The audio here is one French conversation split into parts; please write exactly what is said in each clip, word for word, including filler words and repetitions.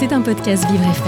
C'est un podcast Vivre F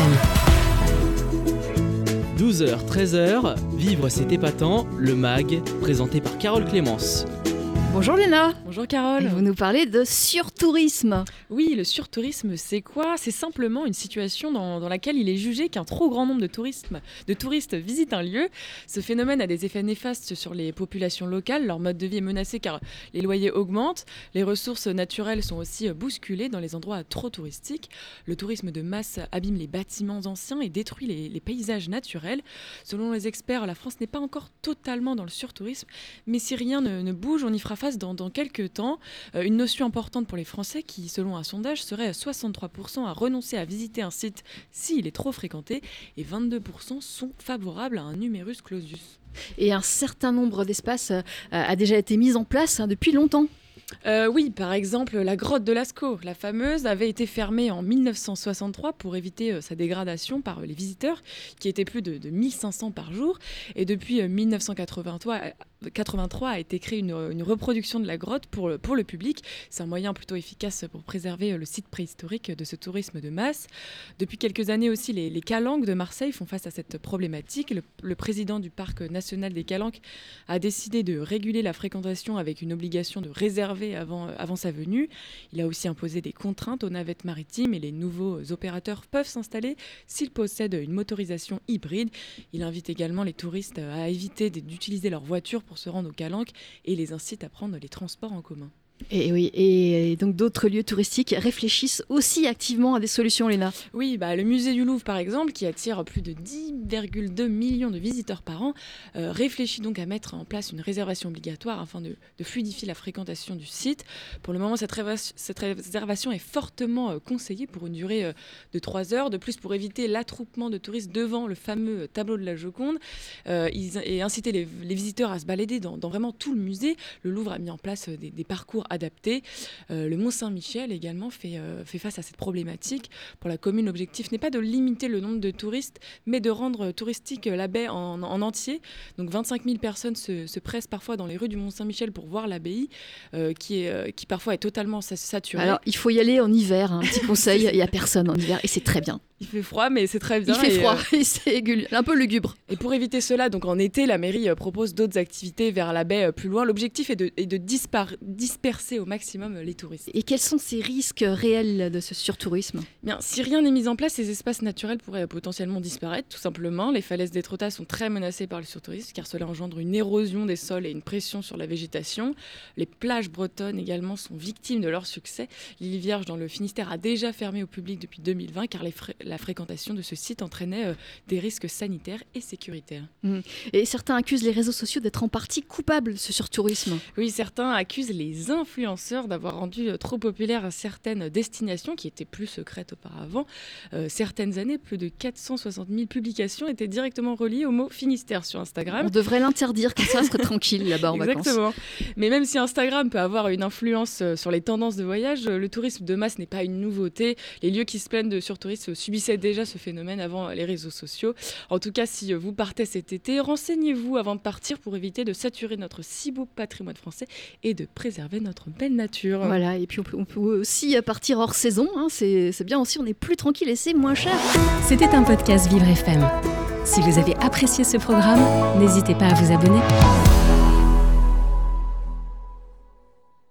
M. douze heures, treize heures, Vivre c'est épatant, le mag, présenté par Carole Clémence. Bonjour Léna. Bonjour Carole. Et vous nous parlez de surtourisme. Oui, le surtourisme, c'est quoi ? C'est simplement une situation dans, dans laquelle il est jugé qu'un trop grand nombre de, tourisme, de touristes visitent un lieu. Ce phénomène a des effets néfastes sur les populations locales. Leur mode de vie est menacé car les loyers augmentent. Les ressources naturelles sont aussi bousculées dans les endroits trop touristiques. Le tourisme de masse abîme les bâtiments anciens et détruit les, les paysages naturels. Selon les experts, la France n'est pas encore totalement dans le surtourisme. Mais si rien ne, ne bouge, on y fera face Dans, dans quelques temps. Euh, une notion importante pour les Français qui, selon un sondage, serait à soixante-trois pour cent à renoncer à visiter un site s'il est trop fréquenté et vingt-deux pour cent sont favorables à un numerus clausus. Et un certain nombre d'espaces euh, a déjà été mis en place hein, depuis longtemps. Euh, oui, par exemple, la grotte de Lascaux, la fameuse, avait été fermée en mille neuf cent soixante-trois pour éviter euh, sa dégradation par euh, les visiteurs, qui étaient plus de, de mille cinq cents par jour. Et depuis euh, mille neuf cent quatre-vingt-trois, quatre-vingt-trois a été créée une, une reproduction de la grotte pour le, pour le public. C'est un moyen plutôt efficace pour préserver euh, le site préhistorique de ce tourisme de masse. Depuis quelques années aussi, les, les Calanques de Marseille font face à cette problématique. Le, le président du parc national des Calanques a décidé de réguler la fréquentation avec une obligation de réserver Avant, avant sa venue. Il a aussi imposé des contraintes aux navettes maritimes et les nouveaux opérateurs peuvent s'installer s'ils possèdent une motorisation hybride. Il invite également les touristes à éviter d'utiliser leur voiture pour se rendre aux Calanques et les incite à prendre les transports en commun. Et oui, et donc d'autres lieux touristiques réfléchissent aussi activement à des solutions, Léna. Oui, bah, le musée du Louvre, par exemple, qui attire plus de dix virgule deux millions de visiteurs par an, euh, réfléchit donc à mettre en place une réservation obligatoire afin de, de fluidifier la fréquentation du site. Pour le moment, cette, réva- cette réservation est fortement euh, conseillée pour une durée euh, de trois heures. De plus, pour éviter l'attroupement de touristes devant le fameux tableau de la Joconde euh, ils, et inciter les, les visiteurs à se balader dans, dans vraiment tout le musée, le Louvre a mis en place des, des parcours adapté. Euh, le Mont-Saint-Michel également fait, euh, fait face à cette problématique. Pour la commune, l'objectif n'est pas de limiter le nombre de touristes, mais de rendre touristique la baie en, en entier. Donc vingt-cinq mille personnes se, se pressent parfois dans les rues du Mont-Saint-Michel pour voir l'abbaye, euh, qui, est, euh, qui parfois est totalement saturée. Alors, il faut y aller en hiver, hein, un petit conseil, il n'y a personne en hiver et c'est très bien. Il fait froid, mais c'est très bien. Il fait et froid euh... et c'est un peu lugubre. Et pour éviter cela, donc en été, la mairie euh, propose d'autres activités vers la baie euh, plus loin. L'objectif est de, est de dispar- disperser au maximum les touristes. Et quels sont ces risques réels de ce surtourisme ? Bien, si rien n'est mis en place, ces espaces naturels pourraient potentiellement disparaître, tout simplement. Les falaises d'Étretat sont très menacées par le surtourisme, car cela engendre une érosion des sols et une pression sur la végétation. Les plages bretonnes également sont victimes de leur succès. L'île Vierge dans le Finistère a déjà fermé au public depuis deux mille vingt, car les fra- la fréquentation de ce site entraînait euh, des risques sanitaires et sécuritaires. Mmh. Et certains accusent les réseaux sociaux d'être en partie coupables de ce surtourisme. Oui, certains accusent les influenceurs d'avoir rendu euh, trop populaires certaines destinations qui étaient plus secrètes auparavant. Euh, certaines années, plus de quatre cent soixante mille publications étaient directement reliées au mot Finistère sur Instagram. On devrait l'interdire, comme ça, on serait tranquille là-bas en vacances. Exactement. Mais même si Instagram peut avoir une influence sur les tendances de voyage, le tourisme de masse n'est pas une nouveauté. Les lieux qui se plaignent de surtourisme subissaient déjà ce phénomène avant les réseaux sociaux. En tout cas, si vous partez cet été, renseignez-vous avant de partir pour éviter de saturer notre si beau patrimoine français et de préserver notre belle nature. Voilà, et puis on peut, on peut aussi partir hors saison, hein, c'est, c'est bien aussi, on est plus tranquille et c'est moins cher. C'était un podcast Vivre F M. Si vous avez apprécié ce programme, n'hésitez pas à vous abonner.